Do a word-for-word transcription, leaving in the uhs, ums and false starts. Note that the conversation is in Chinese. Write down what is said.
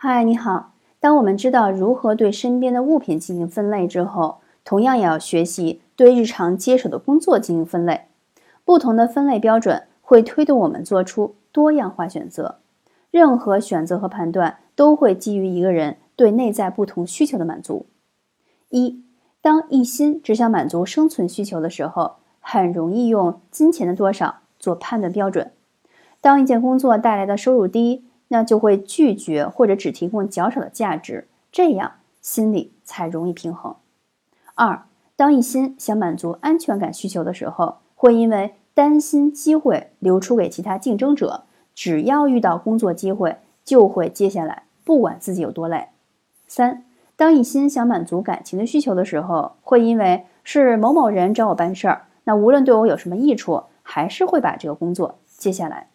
嗨，你好。当我们知道如何对身边的物品进行分类之后，同样也要学习对日常接手的工作进行分类。不同的分类标准会推动我们做出多样化选择。任何选择和判断都会基于一个人对内在不同需求的满足。一，当一心只想满足生存需求的时候，很容易用金钱的多少做判断标准。当一件工作带来的收入低，那就会拒绝或者只提供较少的价值，这样心里才容易平衡。二，当一心想满足安全感需求的时候，会因为担心机会流出给其他竞争者，只要遇到工作机会，就会接下来，不管自己有多累。三，当一心想满足感情的需求的时候，会因为是某某人找我办事儿，那无论对我有什么益处，还是会把这个工作接下来。